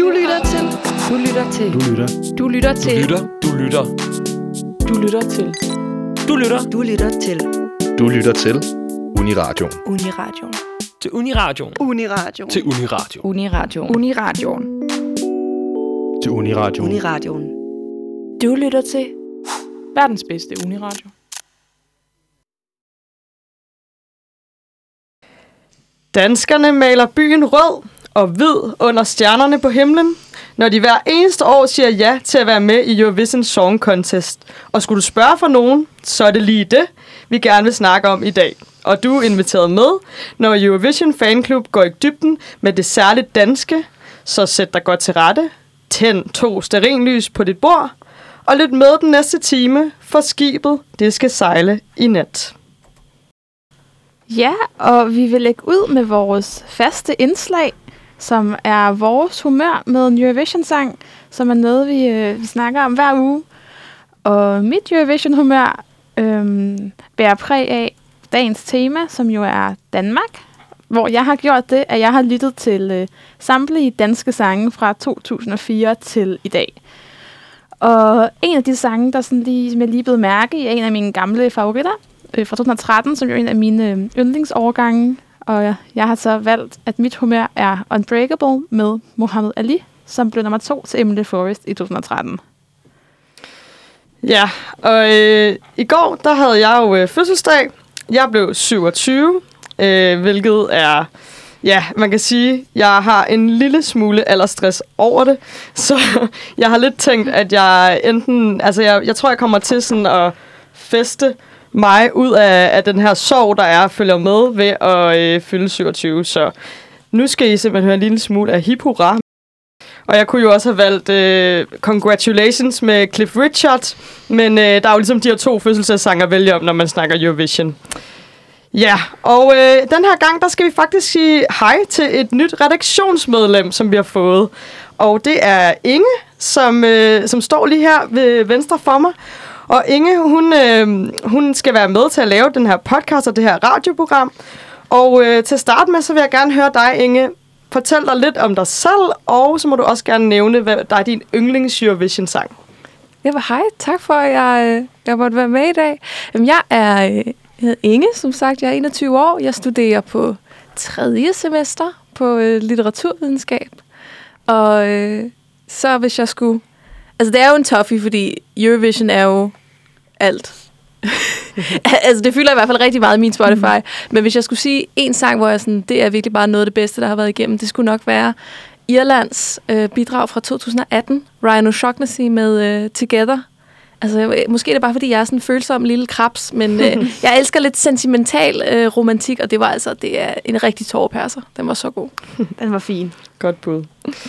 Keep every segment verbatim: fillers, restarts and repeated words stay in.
Du lytter til. Du lytter til. Du lytter. Du lytter til. Du lytter. Du lytter. Du lytter til. Du lytter. Du lytter til. Du lytter til Uniradio. Uniradio. Til Uniradio. Uniradio. Til Uniradio. Uniradio. Uniradio. Til Uniradio. Uniradioen. Du lytter til verdens bedste Uniradio. Danskerne maler byen rød og hvid under stjernerne på himlen, når de hver eneste år siger ja til at være med i Eurovision Song Contest. Og skulle du spørge for nogen, så er det lige det, vi gerne vil snakke om i dag. Og du er inviteret med, når Eurovision Fanclub går i dybden med det særligt danske, så sæt dig godt til rette, tænd to stearinlys på dit bord, og lyt med den næste time, for skibet det skal sejle i nat. Ja, og vi vil lægge ud med vores faste indslag, som er vores humør med en Eurovision-sang, som er noget, vi, øh, vi snakker om hver uge. Og mit Eurovision-humør øh, bærer præg af dagens tema, som jo er Danmark, hvor jeg har gjort det, at jeg har lyttet til øh, samtlige danske sange fra to tusind og fire til i dag. Og en af de sange, der sådan lige, som jeg lige blev mærke i, er en af mine gamle favoritter, fra to tusind og tretten, som jo er en af mine yndlingsårgange. Og jeg har så valgt, at mit humør er Unbreakable med Muhammad Ali, som blev nummer to til Emily Forrest i to tusind og tretten. Ja, og øh, i går, der havde jeg jo øh, fødselsdag. Jeg blev syvogtyve, øh, hvilket er, ja, man kan sige, jeg har en lille smule aldersstress over det. Så jeg har lidt tænkt, at jeg enten, altså jeg, jeg tror, jeg kommer til sådan at feste mig ud af, af den her sorg, der er, følger med ved at øh, fylde syvogtyve. Så nu skal I simpelthen høre en lille smule af Hip Hurra. Og jeg kunne jo også have valgt øh, Congratulations med Cliff Richard, men øh, der er jo ligesom de her to fødselsdagssange at vælge om, når man snakker Eurovision. Ja, og øh, den her gang, der skal vi faktisk sige hej til et nyt redaktionsmedlem, som vi har fået. Og det er Inge, som, øh, som står lige her ved venstre for mig. Og Inge, hun, øh, hun skal være med til at lave den her podcast og det her radioprogram. Og øh, til at starte med, så vil jeg gerne høre dig, Inge, fortæl dig lidt om dig selv, og så må du også gerne nævne, hvad der er din yndlings Eurovision-sang. Ja, hej. Tak for, at jeg, jeg måtte være med i dag. Jeg er jeg hedder Inge, som sagt. Jeg er enogtyve år. Jeg studerer på tredje semester på øh, litteraturvidenskab. Og øh, så hvis jeg skulle... Altså, det er jo en toughie, fordi Eurovision er jo alt. Altså, det fylder i hvert fald rigtig meget i min Spotify. Mm. Men hvis jeg skulle sige en sang, hvor jeg sådan, det er virkelig bare noget af det bedste, der har været igennem, det skulle nok være Irlands øh, bidrag fra to tusind og atten, Ryan O'Shaughnessy med øh, Together. Altså, måske er det bare, fordi jeg er sådan en følsom lille krabs, men øh, jeg elsker lidt sentimental øh, romantik, og det var altså, det er en rigtig tårepærser. Den var så god. Den var fin. Godt bud.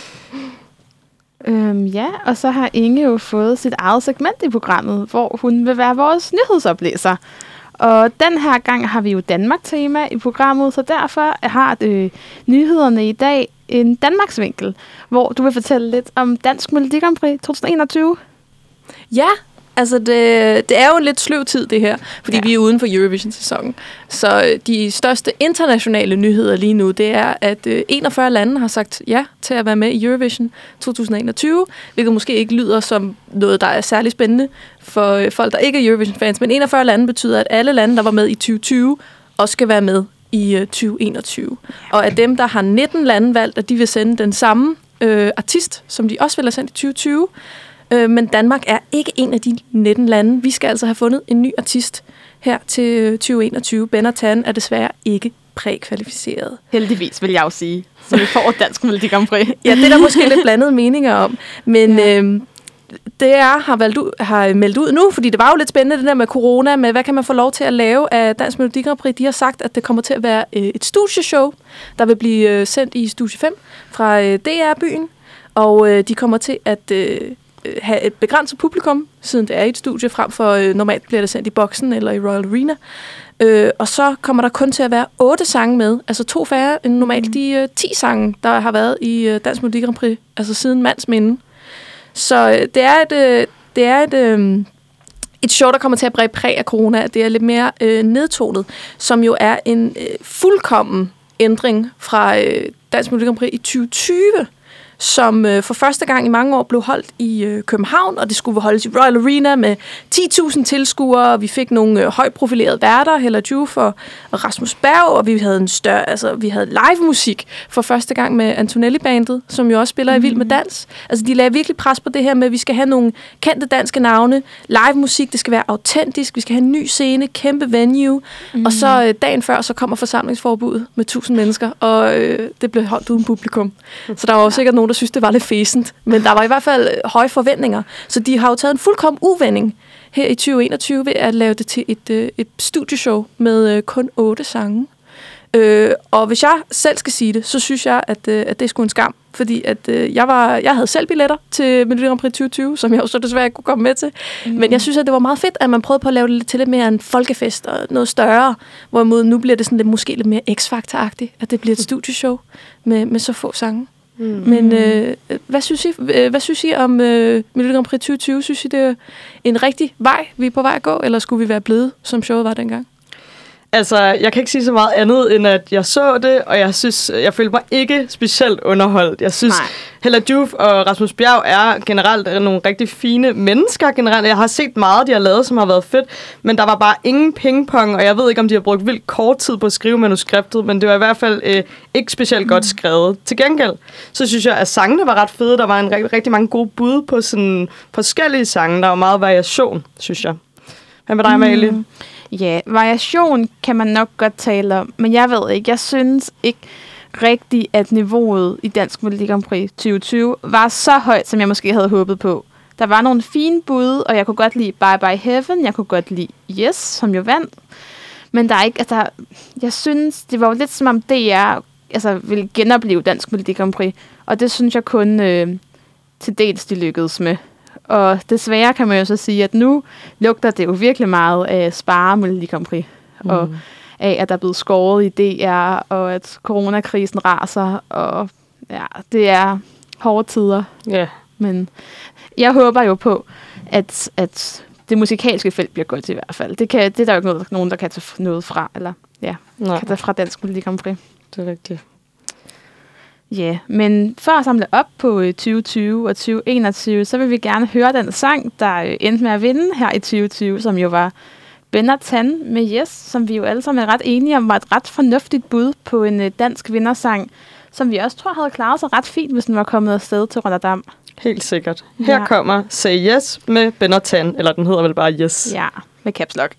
Øhm, ja, og så har Inge jo fået sit eget segment i programmet, hvor hun vil være vores nyhedsoplæser. Og den her gang har vi jo Danmark-tema i programmet, så derfor har øh, nyhederne i dag en Danmarksvinkel, hvor du vil fortælle lidt om Dansk Melodi Grand Prix to tusind og enogtyve. Ja, altså det, det er jo en lidt sløv tid, det her, fordi ja. vi er uden for Eurovision-sæsonen. Så de største internationale nyheder lige nu, det er, at enogfyrre lande har sagt ja til at være med i Eurovision to tusind og enogtyve, hvilket måske ikke lyder som noget, der er særlig spændende for folk, der ikke er Eurovision-fans, men enogfyrre lande betyder, at alle lande, der var med i tyve tyve, også skal være med i tyve enogtyve. Og at dem, der har nitten lande valgt, at de vil sende den samme øh, artist, som de også vil have sendt i tyve tyve, men Danmark er ikke en af de nitten lande. Vi skal altså have fundet en ny artist her til tyve enogtyve. Ben og Tan er desværre ikke prækvalificeret. Heldigvis, vil jeg jo sige. Så vi får Dansk Melodi Grand Prix. Ja, det er der måske lidt blandede meninger om. Men ja. øhm, det er, har, valgt ud, har meldt ud nu, fordi det var jo lidt spændende, det der med corona, med hvad kan man få lov til at lave af Dansk Melodi Grand Prix. De har sagt, at det kommer til at være øh, et studieshow, der vil blive øh, sendt i Studie fem fra øh, D R-byen. Og øh, de kommer til at... Øh, have et begrænset publikum, siden det er i et studie, frem for øh, normalt bliver det sendt i Boksen eller i Royal Arena. Øh, og så kommer der kun til at være otte sange med, altså to færre end normalt mm. de øh, ti sange, der har været i øh, Dansk Melodi Grand Prix, altså siden mands minde. Så øh, det er et, øh, det er et, øh, et show, der kommer til at bræge præg af corona. Det er lidt mere øh, nedtonet, som jo er en øh, fuldkommen ændring fra øh, Dansk Melodi Grand Prix i tyve tyve, som øh, for første gang i mange år blev holdt i øh, København, og det skulle holdes i Royal Arena med ti tusind tilskuere. Vi fik nogle øh, højt profilerede værter, Hella Joof og Rasmus Berg, og vi havde en større, altså vi havde live musik for første gang med Antonelli-bandet, som jo også spiller mm. i Vild med Dans. Altså de lagde virkelig pres på det her med, at vi skal have nogle kendte danske navne, live musik, det skal være autentisk, vi skal have en ny scene, kæmpe venue, mm. og så øh, dagen før, så kommer forsamlingsforbuddet med tusind mennesker, og øh, det blev holdt uden publikum. Så der var jo sikkert nogen, der synes, det var lidt fæsent. Men der var i hvert fald høje forventninger. Så de har jo taget en fuldkommen uvending her i tyve enogtyve ved at lave det til et, øh, et studieshow med øh, kun otte sange. Øh, og hvis jeg selv skal sige det, så synes jeg, at, øh, at det er sgu en skam. Fordi at, øh, jeg, var, jeg havde selv billetter til Melodi Grand Prix tyve tyve, som jeg jo så desværre ikke kunne komme med til. Mm. Men jeg synes, at det var meget fedt, at man prøvede på at lave det til lidt mere en folkefest og noget større. Hvorimod nu bliver det sådan lidt, måske lidt mere X-Factor-agtigt, at det bliver et studieshow med, med så få sange. Mm. Men øh, hvad, synes I, øh, hvad synes I om øh, Melodi Grand Prix tyve tyve? Synes I, det er en rigtig vej, vi er på vej at gå, eller skulle vi være blevet, som showet var dengang? Altså, jeg kan ikke sige så meget andet, end at jeg så det, og jeg synes, jeg følte mig ikke specielt underholdt. Jeg synes, Nej. Hella Joof og Rasmus Bjerg er generelt nogle rigtig fine mennesker. Generelt, jeg har set meget, de har lavet, som har været fedt, men der var bare ingen pingpong, og jeg ved ikke, om de har brugt vildt kort tid på at skrive manuskriptet, men det var i hvert fald øh, ikke specielt godt skrevet. Til gengæld, så synes jeg, at sangene var ret fede. Der var en rigtig, rigtig mange gode bud på sådan forskellige sange. Der var meget variation, synes jeg. Hvad med dig, Amalie? Mm. Ja, variation kan man nok godt tale om, men jeg ved ikke, jeg synes ikke rigtigt, at niveauet i Dansk Melodi Grand Prix tyve tyve var så højt, som jeg måske havde håbet på. Der var nogle fine bud, og jeg kunne godt lide Bye Bye Heaven, jeg kunne godt lide Yes, som jo vandt, men der er ikke, altså, jeg synes, det var jo lidt som om D R altså, ville genopleve Dansk Melodi Grand Prix, og det synes jeg kun øh, til dels de lykkedes med. Og desværre kan man jo så sige, at nu lugter det jo virkelig meget af spare Melodi Grand Prix. Mm. Og af, at der er blevet skåret i D R, og at coronakrisen raser, og ja, det er hårde tider. Yeah. Men jeg håber jo på, at, at det musikalske felt bliver godt i hvert fald. Det, kan, det er der jo ikke noget, nogen, der kan tage noget fra, eller ja, Nej. kan tage fra Dansk Melodi Grand Prix. Det er rigtigt. Ja, yeah, men for at samle op på tyve tyve og tyve enogtyve, så vil vi gerne høre den sang, der endte med at vinde her i tyve tyve, som jo var Ben og Tan med Yes, som vi jo alle sammen er ret enige om var et ret fornuftigt bud på en dansk vindersang, som vi også tror havde klaret sig ret fint, hvis den var kommet afsted til Rotterdam. Helt sikkert. Her ja. kommer Say Yes med Ben og Tan, eller den hedder vel bare Yes. Ja, med caps lock.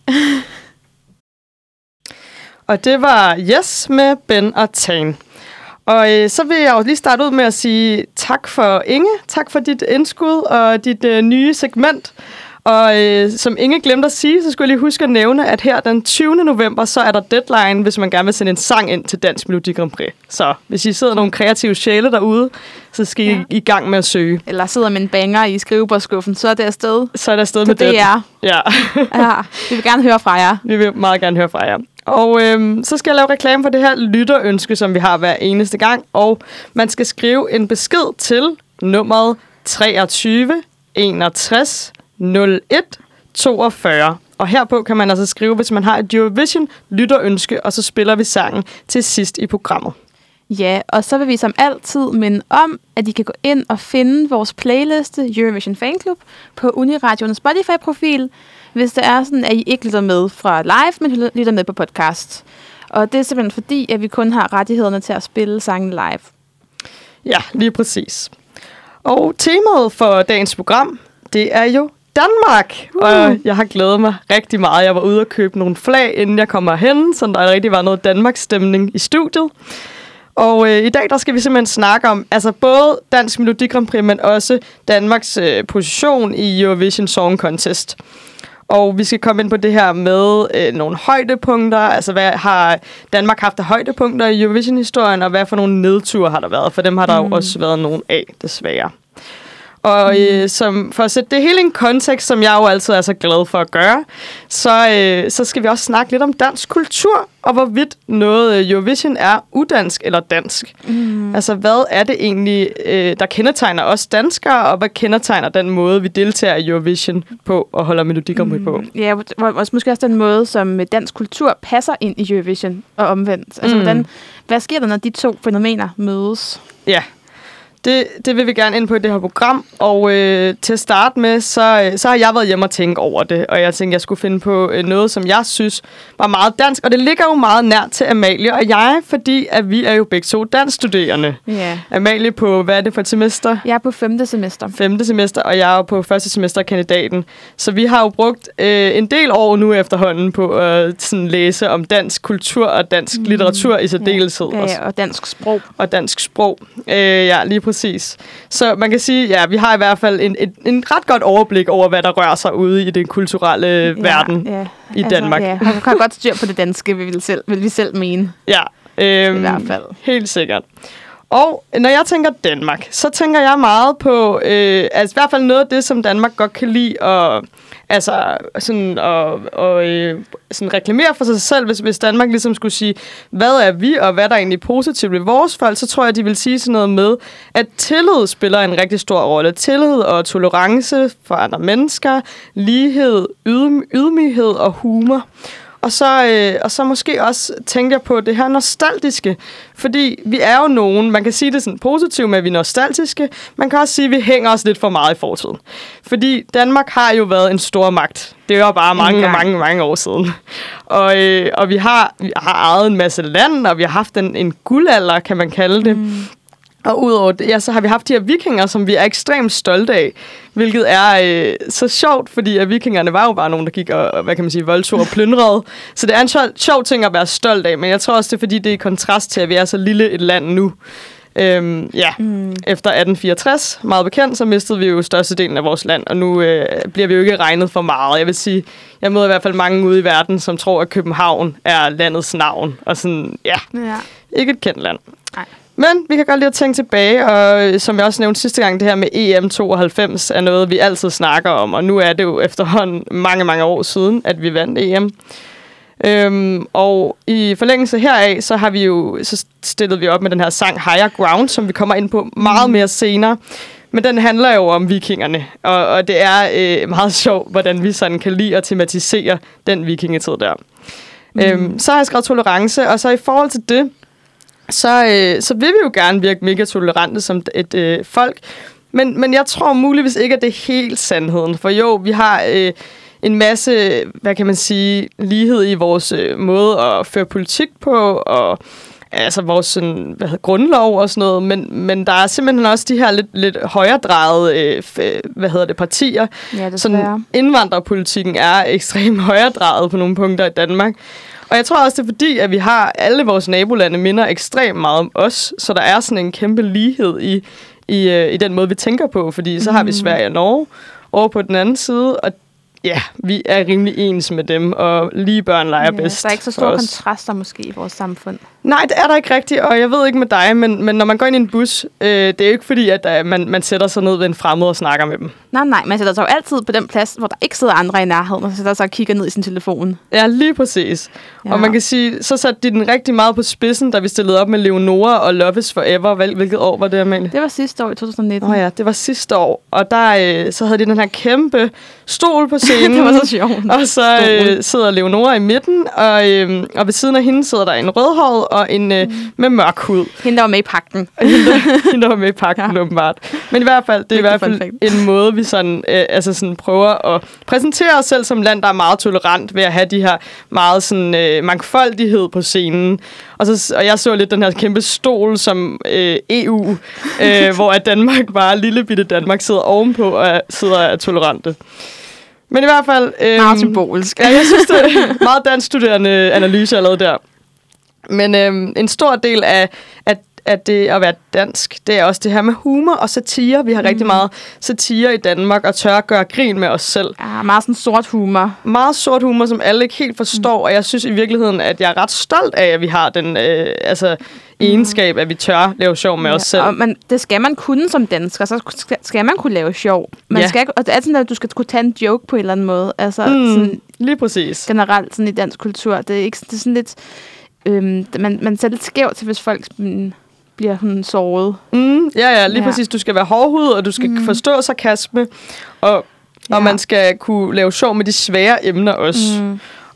Og det var Yes med Ben og Tan. Og øh, så vil jeg jo lige starte ud med at sige tak for Inge. Tak for dit indskud og dit øh, nye segment. Og øh, som Inge glemte at sige, så skulle jeg lige huske at nævne, at her den tyvende november, så er der deadline, hvis man gerne vil sende en sang ind til Dansk Melodi Grand Prix. Så hvis I sidder nogle kreative sjæle derude, så skal I ja. i gang med at søge. Eller sidder med en banger i skrivebordskuffen, så er det afsted. Så er det afsted med det. Det er. Ja. ja. Vi vil gerne høre fra jer. Vi vil meget gerne høre fra jer. Og øhm, så skal jeg lave reklame for det her lytterønske, som vi har hver eneste gang. Og man skal skrive en besked til nummeret treogtyve enogtres nul et toogfyrre. Og herpå kan man altså skrive, hvis man har et Eurovision lytterønske, og så spiller vi sangen til sidst i programmet. Ja, og så vil vi som altid minde om, at I kan gå ind og finde vores playliste Eurovision Fanclub på Uniradioens Spotify-profil, hvis det er sådan, at I ikke lytter med fra live, men lytter med på podcast. Og det er simpelthen fordi, at vi kun har rettighederne til at spille sangen live. Ja, lige præcis. Og temaet for dagens program, det er jo Danmark. Uh. Og jeg har glædet mig rigtig meget. Jeg var ude og købe nogle flag, inden jeg kommer hen, så der rigtig var noget Danmarks-stemning i studiet. Og øh, i dag, der skal vi simpelthen snakke om altså både Dansk Melodi Grand Prix, men også Danmarks øh, position i Eurovision Song Contest. Og vi skal komme ind på det her med øh, nogle højdepunkter. Altså, hvad har Danmark haft af højdepunkter i Eurovision-historien, og hvad for nogle nedture har der været? For dem har der mm. jo også været nogle af, desværre. Og øh, som, for at sætte det hele i en kontekst, som jeg jo altid er så glad for at gøre, så, øh, så skal vi også snakke lidt om dansk kultur, og hvorvidt noget Eurovision er udansk eller dansk. Mm. Altså, hvad er det egentlig, øh, der kendetegner os danskere, og hvad kendetegner den måde, vi deltager i Eurovision på og holder Melodi Grand Prix på? Mm. Ja, og måske også den måde, som dansk kultur passer ind i Eurovision og omvendt. Altså, mm. hvordan, Hvad sker der, når de to fænomener mødes? Ja, det, det vil vi gerne ind på i det her program. Og øh, til at starte med, så, så har jeg været hjemme og tænke over det. Og jeg tænkte, jeg skulle finde på øh, noget, som jeg synes var meget dansk. Og det ligger jo meget nær til Amalie og jeg, fordi at vi er jo begge to danskstuderende. Ja. Amalie på, hvad er det for et semester? Jeg er på femte semester. Femte semester, og jeg er jo på første semester af kandidaten. Så vi har jo brugt øh, en del år nu efterhånden på at sådan, læse om dansk kultur og dansk mm. litteratur i særdeleshed. Ja. Ja, og dansk sprog. Og dansk sprog. Øh, ja, lige præcis. Så man kan sige, ja, vi har i hvert fald en, en, en ret godt overblik over, hvad der rører sig ude i den kulturelle ja, verden ja. i altså, Danmark. Ja, man kan godt styr på det danske, vil vi selv, vil vi selv mene. Ja, øhm, i hvert fald. Helt sikkert. Og når jeg tænker Danmark, så tænker jeg meget på, øh, altså i hvert fald noget af det, som Danmark godt kan lide, og altså sådan og, og øh, sådan reklamere for sig selv, hvis, hvis Danmark ligesom skulle sige, hvad er vi, og hvad der er egentlig positivt ved vores folk, så tror jeg, de vil sige sådan noget med, at tillid spiller en rigtig stor rolle. Tillid og tolerance for andre mennesker, lighed, ydm- ydmyghed og humor. Og så, øh, og så måske også tænker jeg på det her nostalgiske, fordi vi er jo nogen, man kan sige det sådan positivt med, at vi er nostalgiske, man kan også sige, at vi hænger os lidt for meget i fortiden. Fordi Danmark har jo været en stor magt. Det er jo bare mange, mange, mange år siden. Og, øh, og vi, har, vi har ejet en masse land, og vi har haft en, en guldalder, kan man kalde det. Mm. Og udover det, ja, så har vi haft de her vikinger, som vi er ekstremt stolte af, hvilket er øh, så sjovt, fordi at vikingerne var jo bare nogen, der gik og, hvad kan man sige, voldtog og plyndrede. Så det er en sjov, sjov ting at være stolt af, men jeg tror også, det er fordi, det er i kontrast til, at vi er så lille et land nu. Øhm, ja, mm. Efter atten fireogtres, meget bekendt, så mistede vi jo størstedelen af vores land, og nu øh, bliver vi jo ikke regnet for meget. Jeg vil sige, jeg møder i hvert fald mange ude i verden, som tror, at København er landets navn, og sådan, ja, ja. Ikke et kendt land. Nej. Men vi kan godt lige at tænke tilbage, og som jeg også nævnte sidste gang, det her med E M tooghalvfems er noget, vi altid snakker om, og nu er det jo efterhånden mange, mange år siden, at vi vandt E M. Øhm, og i forlængelse heraf, så har vi jo så stillet vi op med den her sang Higher Ground, som vi kommer ind på meget mere senere. Men den handler jo om vikingerne, og, og det er øh, meget sjovt, hvordan vi sådan kan lide at tematisere den vikingetid der. Mm. Øhm, så har jeg skrevet tolerance, og så i forhold til det, Så, øh, så vil vi jo gerne virke mega tolerante som et øh, folk. Men, men jeg tror muligvis ikke, at det er helt sandheden. For jo, vi har øh, en masse, hvad kan man sige, lighed i vores øh, måde at føre politik på, og altså vores sådan, hvad hedder, grundlov og sådan noget. Men, men der er simpelthen også de her lidt, lidt højredrejede øh, f- hvad hedder det, partier. Ja, det sådan, indvandrerpolitikken er ekstremt højredrejet på nogle punkter i Danmark. Og jeg tror også, det er fordi, at vi har alle vores nabolande minder ekstremt meget om os, så der er sådan en kæmpe lighed i, i, øh, i den måde, vi tænker på, fordi så har vi Sverige og Norge over på den anden side, og ja, vi er rimelig ens med dem, og lige børn leger ja, bedst. Der er ikke så store kontraster måske i vores samfund. Nej, det er der ikke rigtigt, og jeg ved ikke med dig, men, men når man går ind i en bus, øh, det er jo ikke fordi, at uh, man, man sætter sig ned ved en fremmed og snakker med dem. Nej, nej, man sætter sig jo altid på den plads, hvor der ikke sidder andre i nærheden, og så sætter sig og kigger ned i sin telefon. Ja, lige præcis. Ja. Og man kan sige, så satte de den rigtig meget på spidsen, da vi stillede op med Leonora og Love is Forever. Hvil, hvilket år var det, Amalie? Det var sidste år i to tusind nitten. Åh oh ja, det var sidste år. Og der øh, så havde de den her kæmpe stol på scenen. Det var så sjovt. Og så øh, sidder Leonora i midten, og, øh, og ved siden af hende sidder der en rødhåret og en øh, mm. med mørk hud. Hende, der var med i pakken. hende, hende, der var med i pakken, ja. Åbenbart. Men i hvert fald, det er i hvert fald en måde, vi sådan, øh, altså sådan prøver at præsentere os selv som land, der er meget tolerant ved at have de her meget sådan, øh, mangfoldighed på scenen. Og, så, og jeg så lidt den her kæmpe stol som øh, E U, øh, hvor at Danmark bare, lille bitte Danmark, sidder ovenpå og sidder er tolerante. Men i hvert fald... Øh, meget symbolisk. Ja, jeg synes, det er meget danskstuderende analyse allerede der. Men øh, en stor del af, af, af det at være dansk, det er også det her med humor og satire. Vi har mm. rigtig meget satire i Danmark, og tør at gøre grin med os selv. Ja, meget sådan sort humor. Meget sort humor, som alle ikke helt forstår, mm. og jeg synes i virkeligheden, at jeg er ret stolt af, at vi har den øh, altså, egenskab, at vi tør lave sjov med ja, os selv. Og man, det skal man kunne som dansker, så skal man kunne lave sjov. Man ja. skal, og det er sådan, at du skal kunne tage en joke på en eller anden måde. Altså, mm, sådan, lige præcis. Generelt sådan i dansk kultur. Det er, ikke, det er sådan lidt... Øhm, man, man ser lidt skævt til, hvis folk mm, bliver sådan såret. Mm, ja, ja, lige ja. præcis. Du skal være hårdhudet, og du skal mm. forstå sarkasme, og, ja. og man skal kunne lave sjov med de svære emner også. Mm.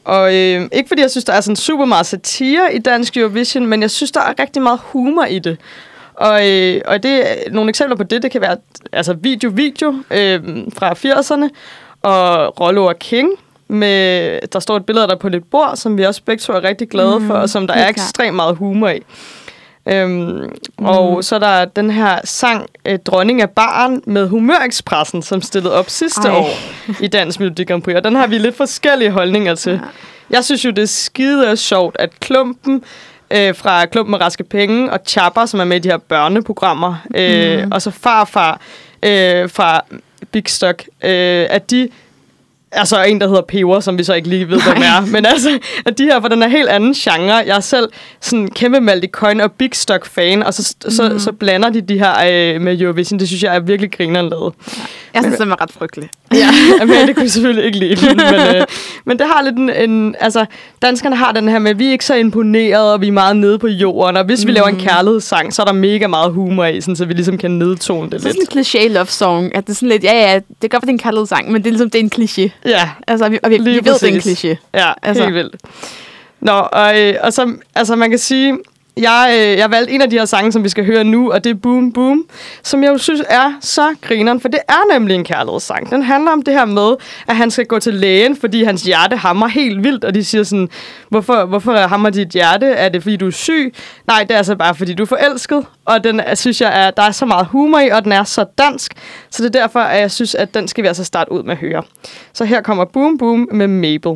og øh, ikke fordi jeg synes, der er sådan super meget satire i dansk Eurovision, men jeg synes, der er rigtig meget humor i det. Og, øh, og det, nogle eksempler på det, det kan være altså video-video øh, fra firserne, og Rollo og King, med, der står et billede af der på lidt bord, som vi også begge to er rigtig glade for, mm, og som der er ekstremt meget humor i. Øhm, mm. Og så er der den her sang, eh, Dronning af Baren, med Humørekspressen, som stillede op sidste Ej. år i Dansk Melodi Grand Prix, og den har vi lidt forskellige holdninger til. Ja. Jeg synes jo, det er skide sjovt, at Klumpen, øh, fra Klumpen med Raske Penge, og Chapper, som er med i de her børneprogrammer, øh, mm. og så Farfar øh, fra Big Stock, øh, at de... Altså en, der hedder Peber, som vi så ikke lige ved, hvem er. Men altså, at de her for den er helt anden genre. Jeg er selv sådan kæmpe Maldi Coin og Big Stock fan, og så, mm. så, så blander de de her øh, med Eurovision. Det synes jeg er virkelig grineren lavet. Ja. Jeg synes, det var ret frygteligt. Ja, men det kunne jeg selvfølgelig ikke lide. Men, øh, men det har lidt en, en... Altså, danskerne har den her med, at vi er ikke så imponerede, og vi er meget nede på jorden. Og hvis mm. vi laver en kærlighedssang, så er der mega meget humor i, sådan, så vi ligesom kan nedtone det så lidt. Det er sådan en cliché love song, at det er sådan lidt, ja ja, det er godt, at det er en kærlighedssang, men det er ligesom, det er en cliché. Ja, altså, vi, og vi, vi ved, det er en kliché. Ja, altså. Helt vildt. Nå, og, øh, og så, altså man kan sige, jeg, øh, jeg valgte en af de her sange, som vi skal høre nu, og det er Boom Boom, som jeg jo synes er så grineren, for det er nemlig en kærlighedssang. Den handler om det her med, at han skal gå til lægen, fordi hans hjerte hammer helt vildt, og de siger sådan, hvorfor, hvorfor hammer dit hjerte? Er det, fordi du er syg? Nej, det er altså bare, fordi du er forelsket, og den synes jeg, er, der er så meget humor i, og den er så dansk, så det er derfor, at jeg synes, at den skal vi altså starte ud med at høre. Så her kommer Boom Boom med Mabel.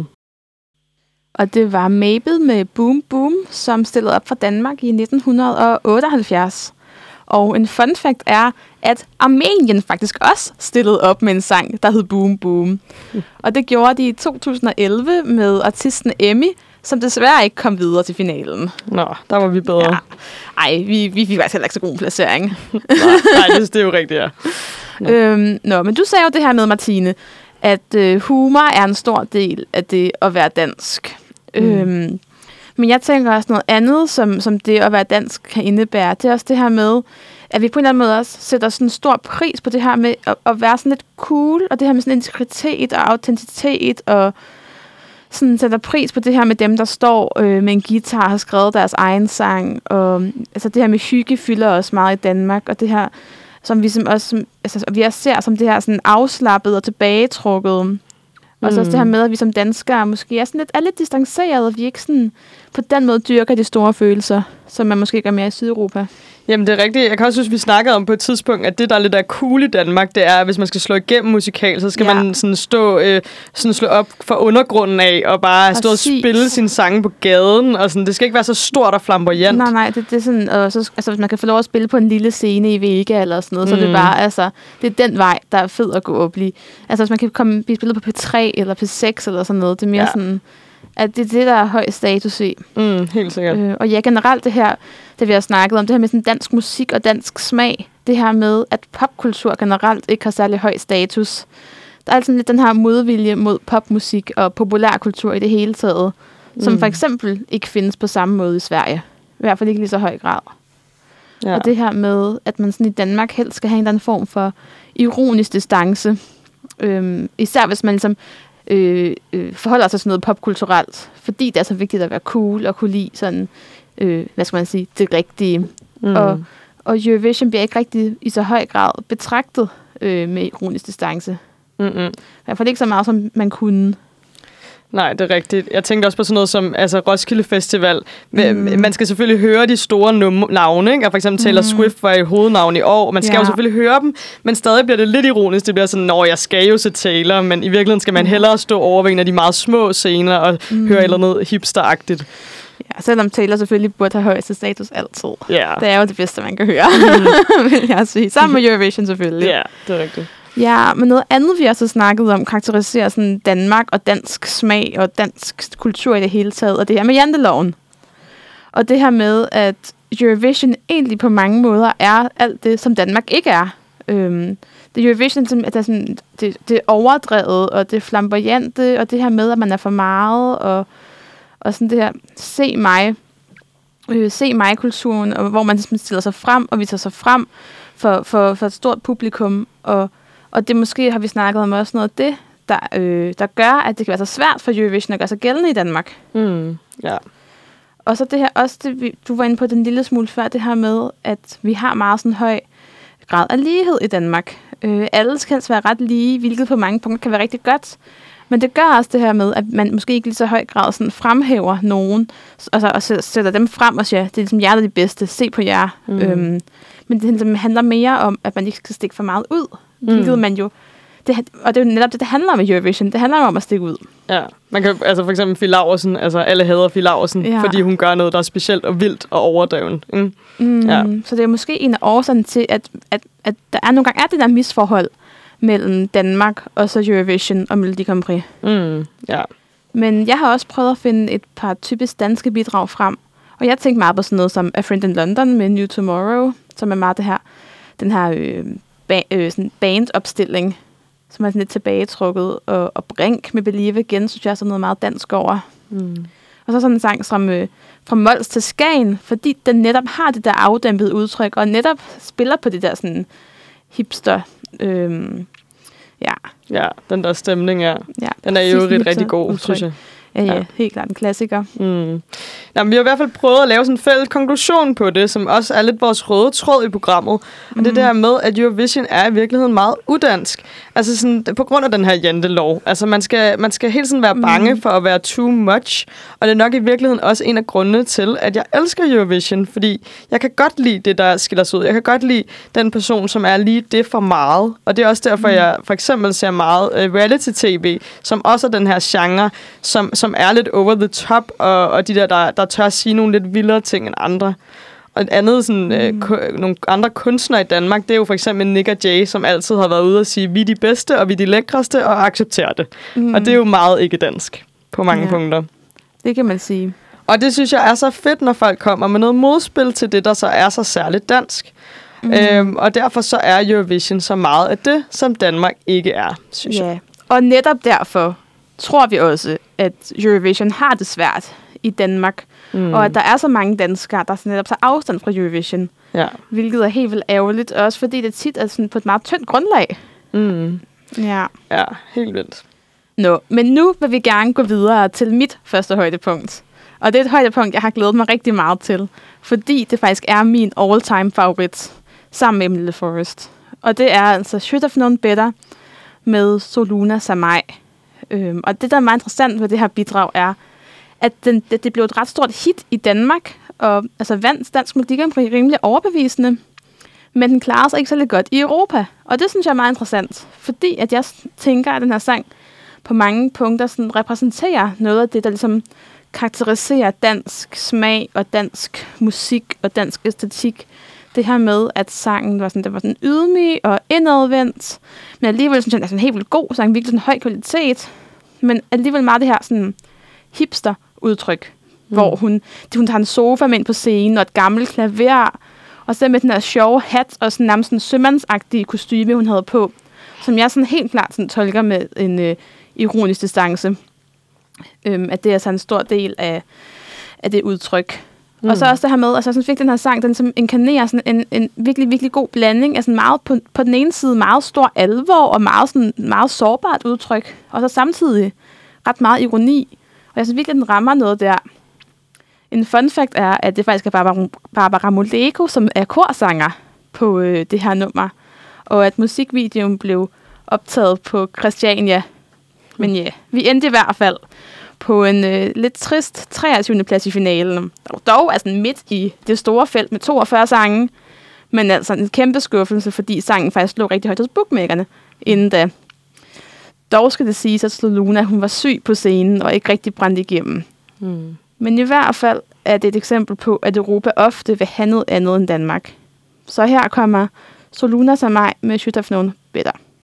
Og det var Mabel med Boom Boom, som stillede op for Danmark i nitten otteoghalvfjerds. Og en fun fact er, at Armenien faktisk også stillede op med en sang, der hed Boom Boom. Mm. Og det gjorde de i to tusind og elleve med artisten Emmy, som desværre ikke kom videre til finalen. Nå, der var vi bedre. Ja. Ej, vi, vi fik faktisk heller ikke så god placering. Nej, det, det er jo rigtigt, ja. Nå. Øhm, nå, men du sagde jo det her med, Martine, at øh, humor er en stor del af det at være dansk. Mm. Øhm, men jeg tænker også noget andet, som, som det at være dansk kan indebære. Det er også det her med, at vi på en eller anden måde også sætter sådan en stor pris på det her med at, at være sådan lidt cool, og det her med sådan integritet og autenticitet, og sådan sætter pris på det her med dem, der står øh, med en guitar og har skrevet deres egen sang. Og, altså det her med hygge fylder også meget i Danmark, og det her, som vi som også, som, altså, vi også ser som det her sådan afslappet og tilbagetrukket. Mm. Og så også det her med, at vi som danskere måske er, sådan lidt, er lidt distanceret, og vi ikke sådan på den måde dyrker de store følelser, som man måske gør mere i Sydeuropa. Jamen, det er rigtigt. Jeg kan også synes, vi snakkede om på et tidspunkt, at det, der er lidt er cool i Danmark, det er, at hvis man skal slå igennem musikal, så skal ja. man sådan stå, øh, sådan slå op for undergrunden af, og bare stå og spille sine sange på gaden. Og sådan. Det skal ikke være så stort og flamboyant. Nej, nej. Det, det er sådan, og så, altså, hvis man kan få lov at spille på en lille scene i Vega eller sådan noget, mm. så er det bare, altså, det er den vej, der er fed at gå op i. Altså, hvis man kan komme, blive spillet på P tre eller P seks eller sådan noget, det er mere ja. sådan... at det er det, der er høj status i. Mm, helt sikkert. Øh, og ja, generelt det her, det vi har snakket om, det her med sådan dansk musik og dansk smag, det her med, at popkultur generelt ikke har særlig høj status. Der er altså lidt den her modvilje mod popmusik og populærkultur i det hele taget, mm. som for eksempel ikke findes på samme måde i Sverige. I hvert fald ikke lige så høj grad. Ja. Og det her med, at man sådan i Danmark helst skal have en eller anden form for ironisk distance. Øhm, især hvis man ligesom Øh, øh, forholder sig til noget popkulturelt, fordi det er så vigtigt at være cool og kunne lide sådan, øh, hvad skal man sige, det rigtige. Mm. Og, og Eurovision bliver ikke rigtig i så høj grad betragtet øh, med ironisk distance. Mm-hmm. I hvert fald ikke så meget, som man kunne. Nej, det er rigtigt. Jeg tænkte også på sådan noget som altså Roskilde Festival. Mm. Man skal selvfølgelig høre de store num- navne, ikke? Og for eksempel Taylor mm. Swift var i hovednavn i år. Man skal ja. jo selvfølgelig høre dem, men stadig bliver det lidt ironisk. Det bliver sådan, når jeg skal jo se Taylor, men i virkeligheden skal man hellere stå over ved en af de meget små scener og mm. høre et eller andet hipsteragtigt. Ja, selvom Taylor selvfølgelig burde have højeste status altid. Yeah. Det er jo det bedste, man kan høre, mm. vil jeg sige. Sammen med Eurovision selvfølgelig. Ja, det er rigtigt. Ja, men noget andet, vi også har snakket om, karakteriserer sådan Danmark og dansk smag og dansk kultur i det hele taget, og det her med janteloven. Og det her med, at Eurovision egentlig på mange måder er alt det, som Danmark ikke er. Øhm, det er Eurovision, som, at det, er sådan, det, det er overdrevet, og det er flamboyante, og det her med, at man er for meget, og, og sådan det her, se mig, øh, se mig-kulturen, og hvor man stiller sig frem, og viser sig frem for, for, for et stort publikum, og Og det måske har vi snakket om også noget af det, der, øh, der gør, at det kan være så svært for Eurovision at gøre sig gældende i Danmark. Mm. Ja. Og så det her, også det, du var inde på den lille smule før, det her med, at vi har meget sådan høj grad af lighed i Danmark. Øh, alle skal helst være ret lige, hvilket på mange punkter kan være rigtig godt. Men det gør også det her med, at man måske ikke lige så høj grad sådan fremhæver nogen, altså, og sætter dem frem og siger, det er ligesom jer, der er de bedste, se på jer. Mm. Øhm, men det ligesom handler mere om, at man ikke skal stikke for meget ud, mm. hvilket man jo... Det, og det er jo netop det, det handler om i Eurovision. Det handler om at stikke ud. Ja, man kan altså for eksempel Fie Laursen, altså alle hader Fie Laursen, ja. fordi hun gør noget, der er specielt og vildt og overdreven. Mm. Mm, ja. Så det er måske en af årsagerne til, at, at, at der er nogle gange er det der misforhold mellem Danmark og så Eurovision og Melodi Grand Prix. Mm, ja. Men jeg har også prøvet at finde et par typisk danske bidrag frem. Og jeg tænkte meget på sådan noget som A Friend in London med New Tomorrow, som er meget det her, den her øh, ba- øh, sådan bandopstilling, som er sådan lidt tilbagetrukket, og, og Brink med Believe igen, synes jeg er sådan noget meget dansk over. Mm. Og så sådan en sang som øh, Fra Mols til Skagen, fordi den netop har det der afdæmpede udtryk, og netop spiller på det der sådan hipster, øh, ja. Ja, den der stemning, ja. ja den er jo rigtig, rigtig god, udtryk. Synes jeg. Ja, ja, ja, helt klart en klassiker. Mm. Nå, vi har i hvert fald prøvet at lave sådan en fælles konklusion på det, som også er lidt vores røde tråd i programmet. Og mm. det er det her med, at Eurovision er i virkeligheden meget udansk. Altså sådan, på grund af den her jantelov. Altså man skal, man skal hele tiden være bange mm. for at være too much. Og det er nok i virkeligheden også en af grundene til, at jeg elsker Eurovision. Fordi jeg kan godt lide det, der skiller sig ud. Jeg kan godt lide den person, som er lige det for meget. Og det er også derfor, mm. jeg for eksempel ser meget uh, reality-tv, som også er den her genre, som som er lidt over the top, og, og de der, der, der tør at sige nogle lidt vildere ting end andre. Og et andet, sådan, mm. øh, ku, nogle andre kunstnere i Danmark, det er jo for eksempel Nick og Jay, som altid har været ude og sige, vi er de bedste, og vi er de lækreste, og accepterer det. Mm. Og det er jo meget ikke dansk, på mange ja. punkter. Det kan man sige. Og det synes jeg er så fedt, når folk kommer med noget modspil til det, der så er så særligt dansk. Mm. Øhm, og derfor så er Eurovision så meget af det, som Danmark ikke er, synes ja. jeg. Og netop derfor tror vi også, at Eurovision har det svært i Danmark, mm. og at der er så mange danskere, der netop tager afstand fra Eurovision, ja. hvilket er helt vildt ærgerligt, også fordi det tit er sådan på et meget tyndt grundlag. Mm. Ja. ja, helt vildt. Nå, men nu vil vi gerne gå videre til mit første højdepunkt. Og det er et højdepunkt, jeg har glædet mig rigtig meget til, fordi det faktisk er min all-time favorit, sammen med Emily Forrest. Og det er altså Should Have Known Better med Soluna Samai. Øhm, og det, der er meget interessant ved det her bidrag, er, at den, det, det blev et ret stort hit i Danmark, og altså vandt Dansk Melodi Grand Prix rimelig overbevisende, men den klarer sig ikke så lidt godt i Europa. Og det synes jeg er meget interessant, fordi at jeg tænker, at den her sang på mange punkter sådan repræsenterer noget af det, der ligesom karakteriserer dansk smag og dansk musik og dansk æstetik. Det her med, at sangen var sådan, det var sådan ydmyg og indadvendt, men alligevel synes jeg, det er sådan en helt vildt god sang, virkelig sådan høj kvalitet, men alligevel meget det her sådan hipster-udtryk, mm. hvor hun, hun tager en sofa med ind på scenen og et gammelt klaver, og så med den her sjove hat og sådan nærmest en sømandsagtige kostyme, hun havde på, som jeg sådan helt klart sådan tolker med en øh, ironisk distance. Øhm, at det er altså en stor del af, af det udtryk. Mm. Og så også det her med, altså jeg synes virkelig, den her sang, den som inkarnerer sådan en, en virkelig, virkelig god blanding af sådan meget, på, på den ene side meget stor alvor og meget, sådan, meget sårbart udtryk, og så samtidig ret meget ironi. Og jeg synes virkelig, den rammer noget der. En fun fact er, at det faktisk er Barbara, Barbara Moleko, som er korsanger på øh, det her nummer, og at musikvideoen blev optaget på Christiania. Men ja, vi endte i hvert fald på en øh, lidt trist treogtyvende plads i finalen. Dog altså midt i det store felt med toogfyrre sange, men altså en kæmpe skuffelse, fordi sangen faktisk lå rigtig højt hos bookmakerne inden da. Dog skal det siges, at Soluna, hun var syg på scenen og ikke rigtig brændt igennem. Mm. Men i hvert fald er det et eksempel på, at Europa ofte vil have noget andet end Danmark. Så her kommer Soluna Samai med Should Have Known Better.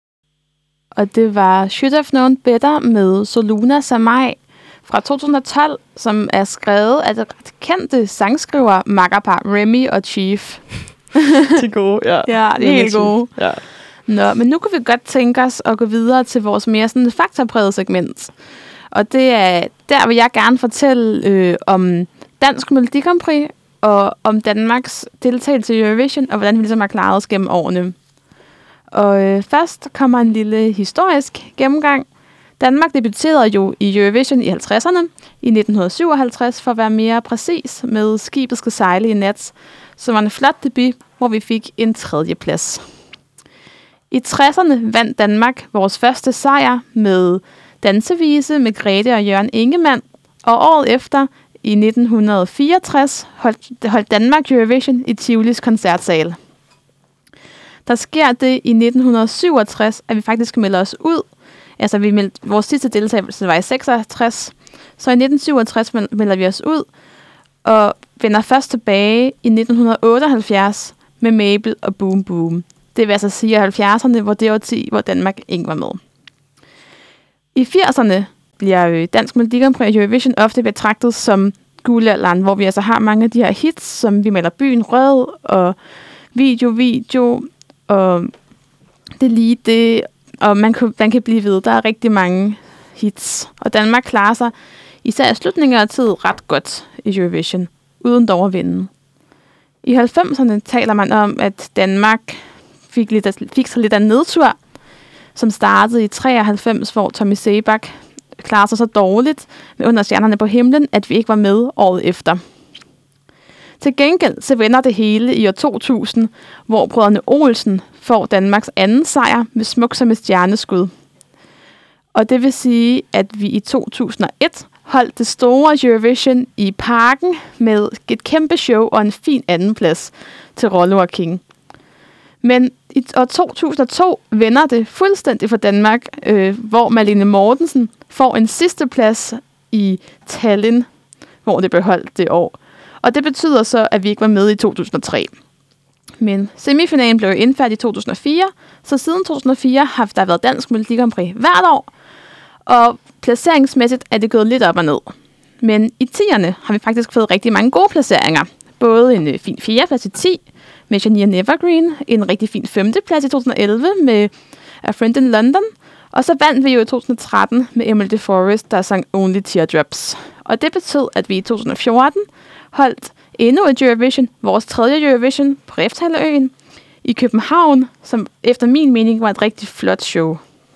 Og det var Should Have Known Better med Soluna Samai fra to tusind og tolv, som er skrevet af det ret kendte sangskriver makkerpar Remy og Chief. De er gode, ja. Ja, det er helt gode. Ja. Nå, men nu kan vi godt tænke os at gå videre til vores mere sådan faktaprægede segment. Og det er der, vil jeg gerne fortælle øh, om Dansk Melodi Grand Prix og om Danmarks deltagelse i Eurovision, og hvordan vi ligesom har klaret os gennem årene. Og øh, først kommer en lille historisk gennemgang. Danmark debuterede jo i Eurovision i halvtredserne, i nitten syvoghalvtreds for at være mere præcis med Skibet skal sejle i nat, som var en flot debut, hvor vi fik en tredje plads. I tresserne vandt Danmark vores første sejr med Dansevise med Grete og Jørgen Ingemann, og året efter, i nitten fireogtres, holdt, holdt Danmark Eurovision i Tivolis koncertsal. Der sker det i nitten syvogtres, at vi faktisk melder os ud. Altså, vi meldte, vores sidste deltagelse var i seksogtres, så i nitten syvogtres melder vi os ud, og vender først tilbage i nitten otteoghalvfjerds med Mabel og Boom Boom. Det vil altså sige halvfjerdserne, hvor det var ti, hvor Danmark ikke var med. I firserne bliver Dansk Melodi Grand Prix og Eurovision ofte betragtet som guldalderen, hvor vi altså har mange af de her hits, som Vi maler byen rød, og Video, Video, og Det lige det, og man kan, man kan blive ved. Der er rigtig mange hits, og Danmark klarer sig især i slutningen af tid ret godt i Eurovision, uden dog at vinde. I halvfemserne taler man om, at Danmark fik, lidt, fik sig lidt af en nedtur, som startede i treoghalvfems, hvor Tommy Sebak klarede sig så dårligt med Under stjernerne på himlen, at vi ikke var med året efter. Til gengæld så vender det hele i år to tusind, hvor brødrene Olsen får Danmarks anden sejr med Smuk som et stjerneskud. Og det vil sige, at vi i to tusind og et holdt det store Eurovision i Parken med et kæmpe show og en fin andenplads til Rollo og King. Men i år to tusind og to vender det fuldstændig for Danmark, øh, hvor Malene Mortensen får en sidste plads i Tallinn, hvor det blev holdt det år. Og det betyder så, at vi ikke var med i to tusind og tre. Men semifinalen blev indført i to tusind og fire, så siden to tusind og fire har der været Dansk Melodi Grand Prix hvert år, og placeringsmæssigt er det gået lidt op og ned. Men i tierne har vi faktisk fået rigtig mange gode placeringer. Både en fin fjerdeplads i ti med Janine Nevergreen, en rigtig fin femteplads i to tusind og elleve med A Friend in London, og så vandt vi jo i to tusind og tretten med Emily DeForest, der sang Only Teardrops. Og det betød, at vi i to tusind og fjorten holdt endnu et Eurovision, vores tredje Eurovision på Refshaleøen i København, som efter min mening var et rigtig flot show.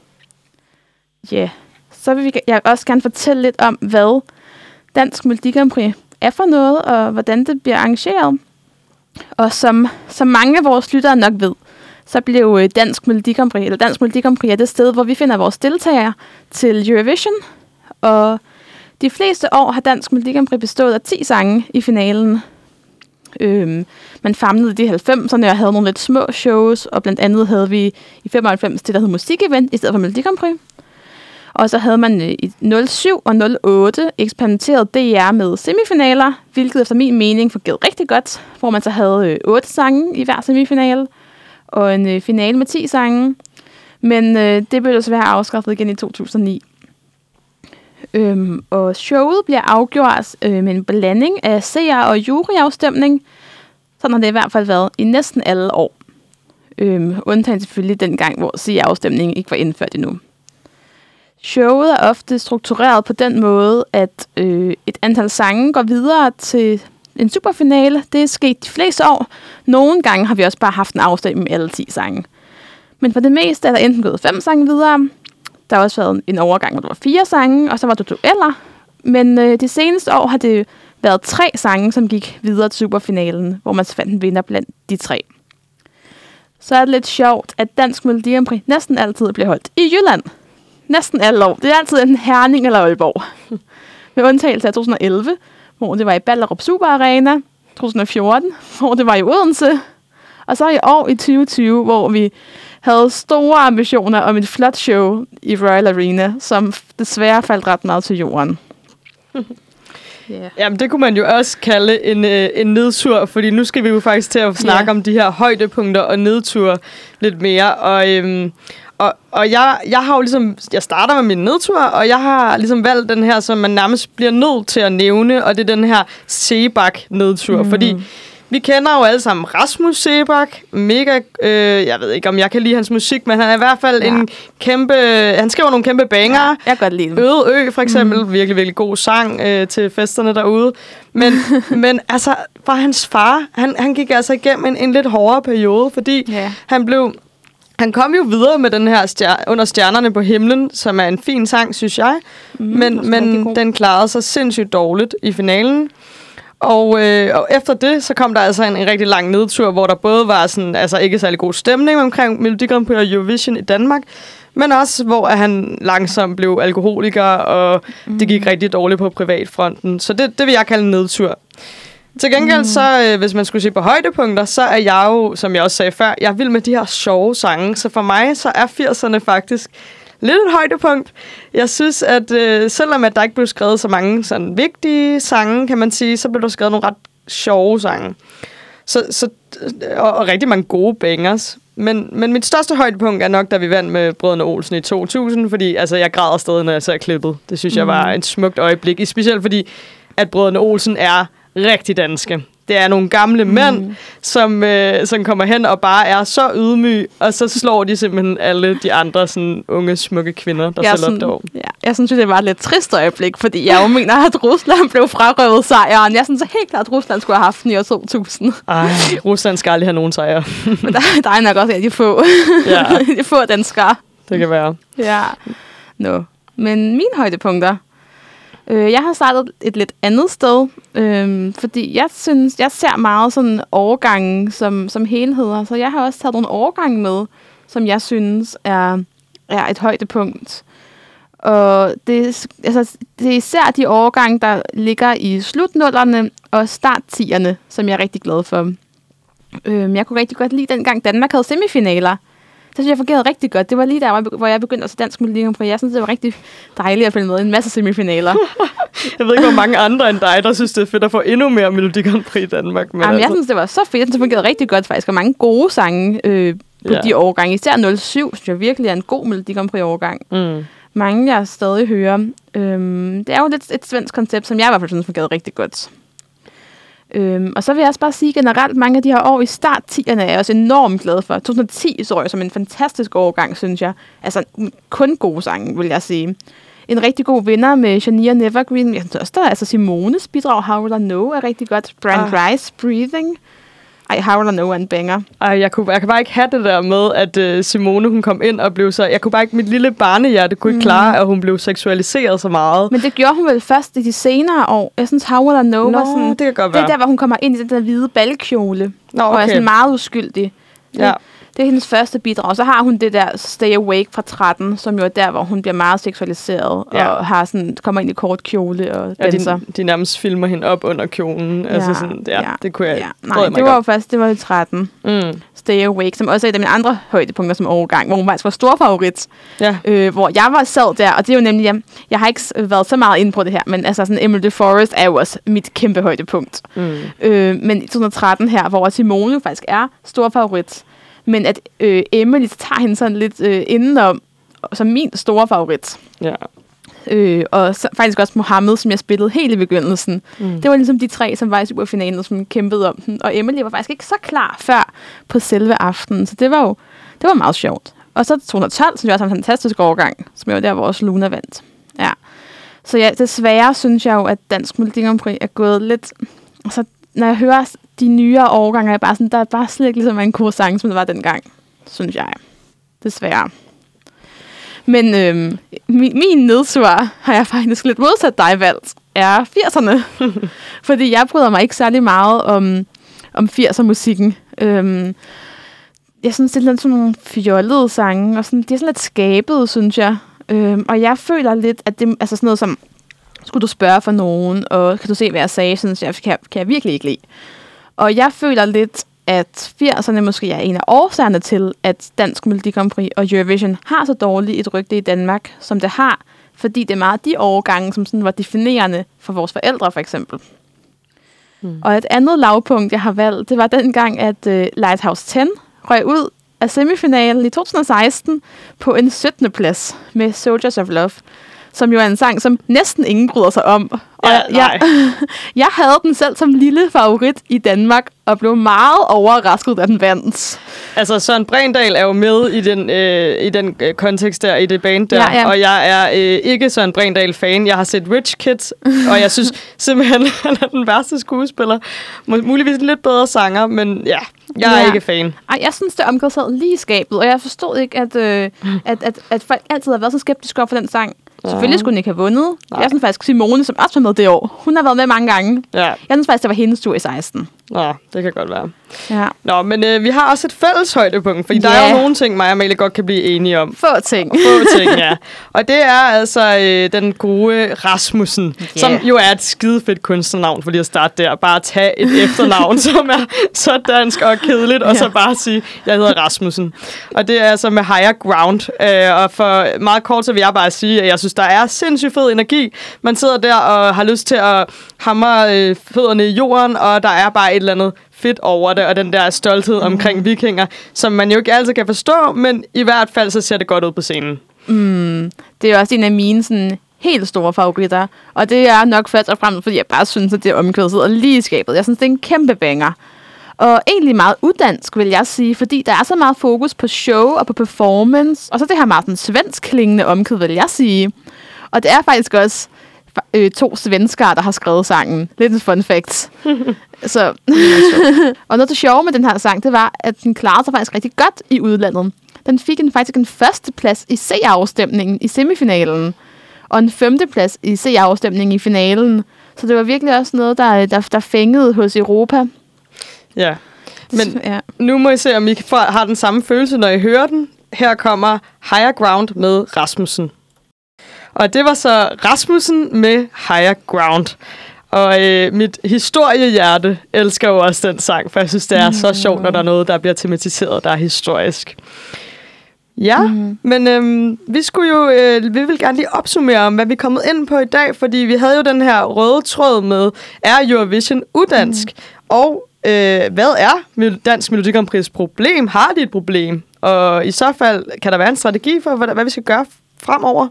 Ja, yeah. Så vil jeg også gerne fortælle lidt om, hvad Dansk Melodi Grand Prix er for noget, og hvordan det bliver arrangeret. Og som, som mange af vores lyttere nok ved, så blev Dansk Melodi Grand Prix, eller Dansk Melodi Grand Prix er det sted, hvor vi finder vores deltagere til Eurovision. Og de fleste år har Dansk Melodi Grand Prix bestået af ti sange i finalen. Øhm, man famlede de halvfemserne og havde nogle lidt små shows, og blandt andet havde vi i femoghalvfems det, der hed Musikevent, i stedet for Melodi Grand Prix. Og så havde man i nul syv og nul otte eksperimenteret D R med semifinaler, hvilket efter min mening fungerede rigtig godt, hvor man så havde otte sange i hver semifinale, og en øh, finale med ti sange. Men øh, det blev desværre afskaffet igen i to tusind og ni. Øhm, og showet bliver afgjort øh, med en blanding af seer- og juryafstemning. Sådan har det i hvert fald været i næsten alle år. Øhm, undtagen selvfølgelig den gang, hvor seerafstemningen ikke var indført endnu. Showet er ofte struktureret på den måde, at øh, et antal sange går videre til en superfinale. Det er sket de fleste år. Nogle gange har vi også bare haft en afstemning med alle ti sange. Men for det meste er der enten gået fem sange videre. Der har også været en overgang, hvor der var fire sange, og så var der dueller. Men øh, de seneste år har det været tre sange, som gik videre til superfinalen, hvor man fandt en vinder blandt de tre. Så er det lidt sjovt, at Dansk Melodi Grand Prix næsten altid bliver holdt i Jylland. Næsten alle år. Det er altid en Herning eller Aalborg. Med undtagelse af to tusind og elleve, hvor det var i Ballerup Super Arena. to tusind og fjorten, hvor det var i Odense. Og så i år i tyve tyve, hvor vi havde store ambitioner om et flot show i Royal Arena, som desværre faldt ret meget til jorden. Yeah. Jamen, det kunne man jo også kalde en, øh, en nedtur, fordi nu skal vi jo faktisk til at snakke yeah. om de her højdepunkter og nedtur lidt mere. Og, øhm, og, og jeg, jeg har jo ligesom, jeg starter med min nedtur, og jeg har ligesom valgt den her, som man nærmest bliver nødt til at nævne, og det er den her Sebak-nedtur, mm. fordi vi kender jo alle sammen Rasmus Sebak, mega, øh, jeg ved ikke, om jeg kan lide hans musik, men han er i hvert fald ja. en kæmpe, han skriver nogle kæmpe banger. Ja, jeg kan godt lide dem. Øde Ø, for eksempel, mm. virkelig, virkelig god sang øh, til festerne derude. Men, men altså, for hans far, han, han gik altså igennem en, en lidt hårdere periode, fordi yeah. han blev han kom jo videre med den her stjer- Under stjernerne på himlen, som er en fin sang, synes jeg. Mm, men men den klarede sig sindssygt dårligt i finalen. Og, øh, og efter det, så kom der altså en, en rigtig lang nedtur, hvor der både var sådan, altså ikke særlig god stemning omkring Melodi Grand Prix og Eurovision i Danmark, men også hvor han langsomt blev alkoholiker, og mm. det gik rigtig dårligt på privatfronten. Så det, det vil jeg kalde en nedtur. Til gengæld, mm. så øh, hvis man skulle se på højdepunkter, så er jeg jo, som jeg også sagde før, jeg vil med de her sjove sange. Så for mig, så er firserne faktisk lidt et højdepunkt. Jeg synes, at øh, selvom at der ikke blev skrevet så mange sådan vigtige sange, kan man sige, så blev der skrevet nogle ret sjove sange. Så, så, og, og rigtig mange gode bangers. Men, men mit største højdepunkt er nok, da vi vandt med Brødrene Olsen i to tusind, fordi altså, jeg græder stadig, når jeg ser klippet. Det synes mm. jeg var et smukt øjeblik, specielt fordi, at Brødrene Olsen er rigtig danske. Det er nogle gamle mm. mænd, som, øh, som kommer hen og bare er så ydmyge, og så slår de simpelthen alle de andre sådan, unge, smukke kvinder, der sælger op derovre. Ja, jeg synes, det var et lidt trist øjeblik, fordi jeg jo mener, at Rusland blev frarøvet sejren. Jeg synes helt klart, at Rusland skulle have haft den i år to tusind. Ej, Rusland skal aldrig have nogen sejre. Men der, der er nok også en af de få. Ja. de få danskere. Det kan være. Ja. Nå. Men mine højdepunkter. Øh, jeg har startet et lidt andet sted, øh, fordi jeg synes, jeg ser meget sådan overgange som, som helheder, så jeg har også taget nogle overgange med, som jeg synes er, er et højdepunkt. Og det, altså, det er især de overgange, der ligger i slutnullerne og starttierne, som jeg er rigtig glad for. Øh, jeg kunne rigtig godt lide dengang Danmark havde semifinaler. Det synes jeg fungerede rigtig godt. Det var lige der, hvor jeg begyndte at se dansk Melodi Grand Prix. Jeg synes, det var rigtig dejligt at følge med i en masse semifinaler. Jeg ved ikke, hvor mange andre end dig, der synes, det er fedt at få endnu mere Melodi Grand Prix i Danmark. Men Jamen, altså. Jeg synes, det var så fedt. Det fungerede rigtig godt faktisk. Og mange gode sange øh, på ja. de årgange. Især nul syv, synes jeg virkelig er en god Melodi Grand Prix-årgang. Mm. Mange, jeg stadig hører. Øhm, det er jo lidt et svensk koncept, som jeg i hvert fald synes fungerede rigtig godt. Øhm, og så vil jeg også bare sige generelt, mange af de her år i start-tierne er jeg også enormt glad for. to tusind og ti så jeg som en fantastisk årgang, synes jeg. Altså kun gode sange, vil jeg sige. En rigtig god vinder med Shania Nevergreen. Jeg synes også, der er altså Simones bidrag, How Will I Know, er rigtig godt. Brand ah. Rice, Breathing. Ej, How Will I Know er en banger. Ej, jeg, kunne, jeg kan bare ikke have det der med, at uh, Simone, hun kom ind og blev så... Jeg kunne bare ikke... Mit lille barnehjerte kunne ikke mm. klare, at hun blev seksualiseret så meget. Men det gjorde hun vel først i de senere år. Jeg synes, How Will I Know Nå, var sådan... det kan godt være. Det er der, hvor hun kommer ind i den der hvide balkjole. Nå, okay. Og er sådan meget uskyldig. Ja. Det er hendes første bidrag. Så har hun det der Stay Awake fra tretten, som jo er der, hvor hun bliver meget seksualiseret ja. og har sådan, kommer ind i kort kjole og danser. Ja, de, de nærmest filmer hende op under kjolen. Ja, altså sådan, ja, ja, det kunne jeg ja. Nej, det var jo først, det var i tretten. Mm. Stay Awake, som også er et af mine andre højdepunkter som overgang, hvor hun faktisk var stor favorit. Ja. Øh, hvor jeg var sad der, og det er jo nemlig, jeg, jeg har ikke været så meget inde på det her, men altså sådan Emily Forrest er jo også mit kæmpe højdepunkt. Mm. Øh, men i to tusind og tretten her, hvor Simone jo faktisk er stor favorit, men at øh, Emily tager hende sådan lidt øh, indenom, som min store favorit. Ja. Øh, og så, faktisk også Mohammed, som jeg spillede helt i begyndelsen. Mm. Det var ligesom de tre, som var i superfinalen, som kæmpede om den. Og Emily var faktisk ikke så klar før på selve aftenen. Så det var jo det var meget sjovt. Og så to tusind og tolv, som jo også var en fantastisk overgang, som jo der, hvor også Luna vandt. Ja. Så ja, desværre synes jeg jo, at Dansk Melodi Grand Prix er gået lidt... Altså, når jeg hører de nyere overgange, er bare sådan, der er bare slet ikke ligesom en god sang, som det var dengang, synes jeg. Desværre. Men øhm, min, min nedtur har jeg faktisk lidt modsat dig valgt, er firserne. Fordi jeg bryder mig ikke særlig meget om, om firser-musikken. Øhm, jeg synes, det er lidt sådan nogle fjollede sange, og sådan, de er sådan lidt skabede, synes jeg. Øhm, og jeg føler lidt, at det altså sådan noget som, skulle du spørge for nogen, og kan du se, hvad jeg sagde, synes jeg, kan, kan jeg virkelig ikke lide. Og jeg føler lidt, at firserne måske er en af årsagerne til, at Dansk Melodi Grand Prix og Eurovision har så dårligt et rygte i Danmark, som det har, fordi det er meget de årgange, som sådan var definerende for vores forældre, for eksempel. Hmm. Og et andet lavpunkt, jeg har valgt, det var dengang, at uh, Lighthouse ti røg ud af semifinalen i to tusind og seksten på en syttende plads med Soldiers of Love, som jo er en sang, som næsten ingen bryder sig om. Og ja, jeg, jeg havde den selv som lille favorit i Danmark, og blev meget overrasket, da den vandt. Altså, Søren Bregendahl er jo med i den, øh, i den øh, kontekst der, i det band der, ja, ja. Og jeg er øh, ikke Søren Bregendahl-fan. Jeg har set Rich Kids, og jeg synes simpelthen, han er den værste skuespiller. Muligvis en lidt bedre sanger, men ja, Jeg er Ja. ikke fan. Ej, jeg synes, det omkring sad lige i skabet, og jeg forstod ikke, at, øh, at, at, at folk altid har været så skeptiske over for den sang. Ja. Selvfølgelig skulle den ikke have vundet. Nej. Jeg synes faktisk, Simone, som også var med det år, hun har været med mange gange. Ja, Jeg synes faktisk, det var hendes tur i seksten. Nå, det kan godt være. Ja. Nå, men øh, vi har også et fælles højdepunkt, fordi yeah. der er Ja. jo nogle ting, mig og Amalie godt kan blive enige om. Få ting. Få ting, ja. Og det er altså øh, den gode Rasmussen, yeah. som jo er et skidefedt kunstnernavn, for lige at starte der. Bare tage et efternavn, som er så dansk og kedeligt, og Ja. så bare sige, jeg hedder Rasmussen. Og det er altså med Higher Ground. Øh, og for meget kort, så vil jeg bare sige, at jeg synes, der er sindssygt fed energi. Man sidder der og har lyst til at hamre øh, fødderne i jorden, og der er bare et eller andet fedt over det, og den der stolthed mm. omkring vikinger, som man jo ikke altid kan forstå, men i hvert fald så ser det godt ud på scenen. Mm, det er også en af mine sådan, helt store favoritter. Og det er nok først og fremmest, fordi jeg bare synes, at det omkvædet sidder lige i skabet. Jeg synes, det er en kæmpe banger. Og egentlig meget uddansk, vil jeg sige, fordi der er så meget fokus på show og på performance. Og så det her meget sådan svensk klingende omkvæd, vil jeg sige. Og det er faktisk også øh, to svenskere, der har skrevet sangen. Lidt en fun fact. Så. Og noget det sjove med den her sang, det var, at den klarede sig faktisk rigtig godt i udlandet. Den fik en, faktisk en førsteplads i C A-afstemningen i semifinalen, og en femteplads i C A-afstemningen i finalen. Så det var virkelig også noget, der, der, der fængede hos Europa. Ja, men ja. nu må I se, om I har den samme følelse, når I hører den. Her kommer Higher Ground med Rasmussen. Og det var så Rasmussen med Higher Ground. Og øh, mit historiehjerte elsker jo også den sang, for jeg synes, det er mm. så sjovt, når der er noget, der bliver tematiseret, der er historisk. Ja, mm. men øhm, vi skulle jo, øh, vi vil gerne lige opsummere om, hvad vi er kommet ind på i dag, fordi vi havde jo den her røde tråd med, er Eurovision udansk? Mm. Og øh, hvad er Dansk Melodi Grand Prix problem? Har de et problem? Og i så fald, kan der være en strategi for, hvad, hvad vi skal gøre fremover?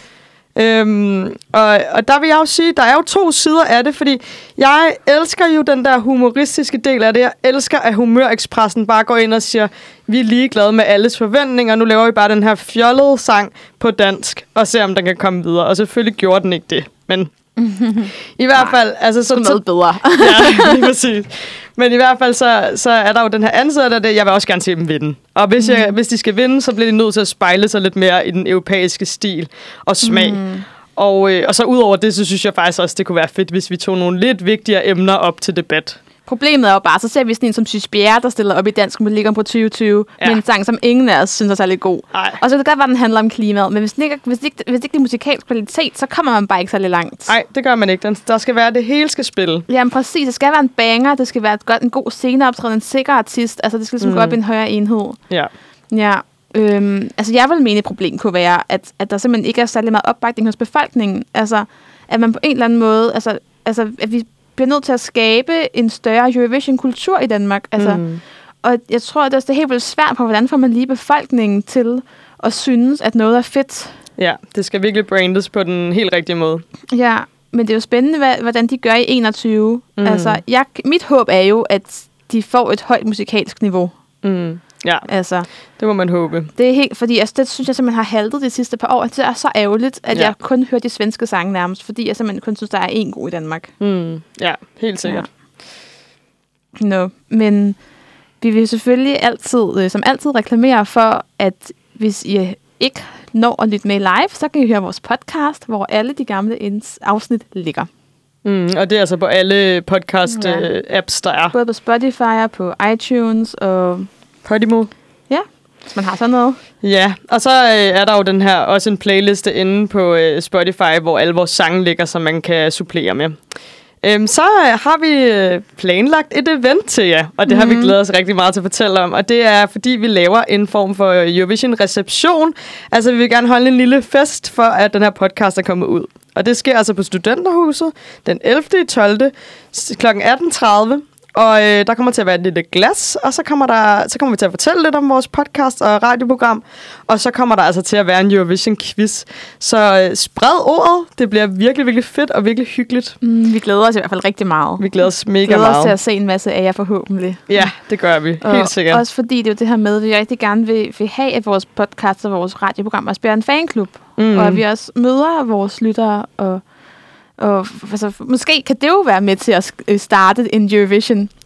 Øhm, og, og der vil jeg jo sige, der er jo to sider af det, fordi jeg elsker jo den der humoristiske del af det. Jeg elsker, at Humørekspressen bare går ind og siger, vi er ligeglade med alles forventninger, nu laver vi bare den her fjollede sang på dansk, og ser om den kan komme videre. Og selvfølgelig gjorde den ikke det, men i hvert fald, altså så noget bedre. Ja, lige præcis. Men i hvert fald, så, så er der jo den her anden side af det, jeg vil også gerne se dem vinde. Og hvis, mm. jeg, hvis de skal vinde, så bliver de nødt til at spejle sig lidt mere i den europæiske stil og smag. Mm. Og, øh, og så ud over det, så synes jeg faktisk også, det kunne være fedt, hvis vi tog nogle lidt vigtigere emner op til debat. Problemet er jo bare, så ser vi sådan en som Sys Bjerre, der stiller op i Dansk Melodi Grand Prix tyve tyve, ja. med en sang, som ingen af os synes er særlig god. Ej. Og så kan det godt være, den handler om klimaet, men hvis det ikke, hvis det ikke, hvis det ikke er musikalsk kvalitet, så kommer man bare ikke særlig langt. Nej, det gør man ikke. Der skal være, det hele skal spille. Jamen præcis, det skal være en banger, det skal være et godt, en god sceneoptræden, en sikker artist, altså det skal ligesom mm. gå op i en højere enhed. Ja. Ja. Øhm, altså jeg vil mene, et problem kunne være, at, at der simpelthen ikke er særlig meget opbakning hos befolkningen. Altså, at man på en eller anden måde, altså, altså at vi bliver nødt til at skabe en større Eurovision-kultur i Danmark. Altså, mm. Og jeg tror, at det er helt vildt svært på, hvordan får man lige befolkningen til at synes, at noget er fedt. Ja, det skal virkelig brandes på den helt rigtige måde. Ja, men det er jo spændende, hvad, hvordan de gør i enogtyve. Mm. Altså, jeg, mit håb er jo, at de får et højt musikalsk niveau. Mm. Ja, altså, det må man håbe. Det er helt, fordi altså, det synes jeg simpelthen har haltet de sidste par år. Det er så ærgerligt, at ja. jeg kun hører de svenske sange nærmest, fordi jeg simpelthen kun synes, der er én god i Danmark. Mm. Ja, helt sikkert. Ja. Nå, men vi vil selvfølgelig altid, som altid reklamere for, at hvis I ikke når at lytte med live, så kan I høre vores podcast, hvor alle de gamle afsnit ligger. Mm, og det er altså på alle podcast-apps, ja. uh, der er. Både på Spotify og på iTunes og Podimo. Ja, hvis man har sådan noget. Ja, og så øh, er der jo den her også en playliste inde på øh, Spotify, hvor alle vores sange ligger, som man kan supplere med. Øhm, så øh, har vi øh, planlagt et event til jer, og det mm-hmm. har vi glædet os rigtig meget til at fortælle om. Og det er, fordi vi laver en form for Eurovision-reception. Altså, vi vil gerne holde en lille fest for, at den her podcast er kommet ud. Og det sker altså på Studenterhuset den ellevte tolvte klokken atten tredive. Og øh, der kommer til at være et lille glas, og så kommer, der, så kommer vi til at fortælle lidt om vores podcast og radioprogram. Og så kommer der altså til at være en Eurovision-quiz. Så øh, spred ordet. Det bliver virkelig, virkelig fedt og virkelig hyggeligt. Mm, vi glæder os i hvert fald rigtig meget. Vi glæder os mega vi glæder meget. os til at se en masse af jer forhåbentlig. Ja, det gør vi. Helt og sikkert. Også fordi det er jo det her med, at vi rigtig gerne vil, vil have, at vores podcast og vores radioprogram også bliver en fanklub. Mm. Og at vi også møder vores lyttere og... Og altså, måske kan det jo være med til at starte en Eurovision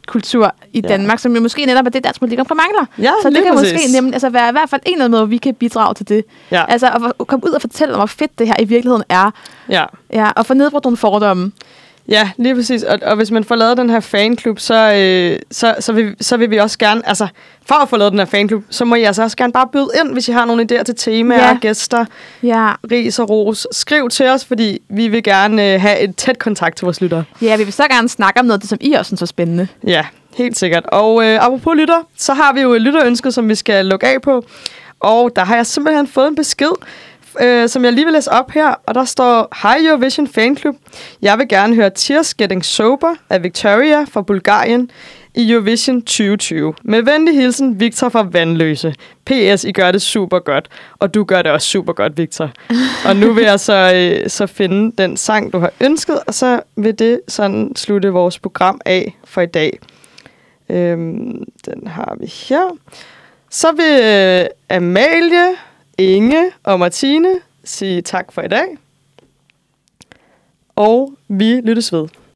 kultur i Ja. Danmark, som jo måske netop er det, Dansk Melodi Grand Prix mangler. Ja, Så det lige kan præcis. måske nemlig altså, være i hvert fald en af måde, hvor vi kan bidrage til det. Ja. Altså at komme ud og fortælle om, hvor fedt det her i virkeligheden er. Ja. Ja, og få nedbrudt nogle fordomme. Ja, lige præcis. Og, og hvis man får lavet den her fanklub, så, øh, så, så, vil, så vil vi også gerne... Altså, for at få lavet den her fanklub, så må I altså også gerne bare byde ind, hvis I har nogle idéer til temaer, Ja. gæster, Ja. ris og ros. Skriv til os, fordi vi vil gerne øh, have et tæt kontakt til vores lyttere. Ja, vi vil så gerne snakke om noget, det, som I også synes er spændende. Ja, helt sikkert. Og øh, apropos lytter, så har vi jo et lytterønske, som vi skal lukke af på. Og der har jeg simpelthen fået en besked, øh, som jeg lige vil læse op her. Og der står, Hej Eurovision Fanclub. Jeg vil gerne høre Tears Getting Sober af Victoria fra Bulgarien i Eurovision tyve tyve. Med venlig hilsen, Victor fra Vandløse. P S. I gør det super godt. Og du gør det også super godt, Victor. Og nu vil jeg så, øh, så finde den sang, du har ønsket. Og så vil det sådan slutte vores program af for i dag. Øhm, den har vi her. Så vil øh, Amalie, Inge og Martine sige tak for i dag. Og vi lyttes ved.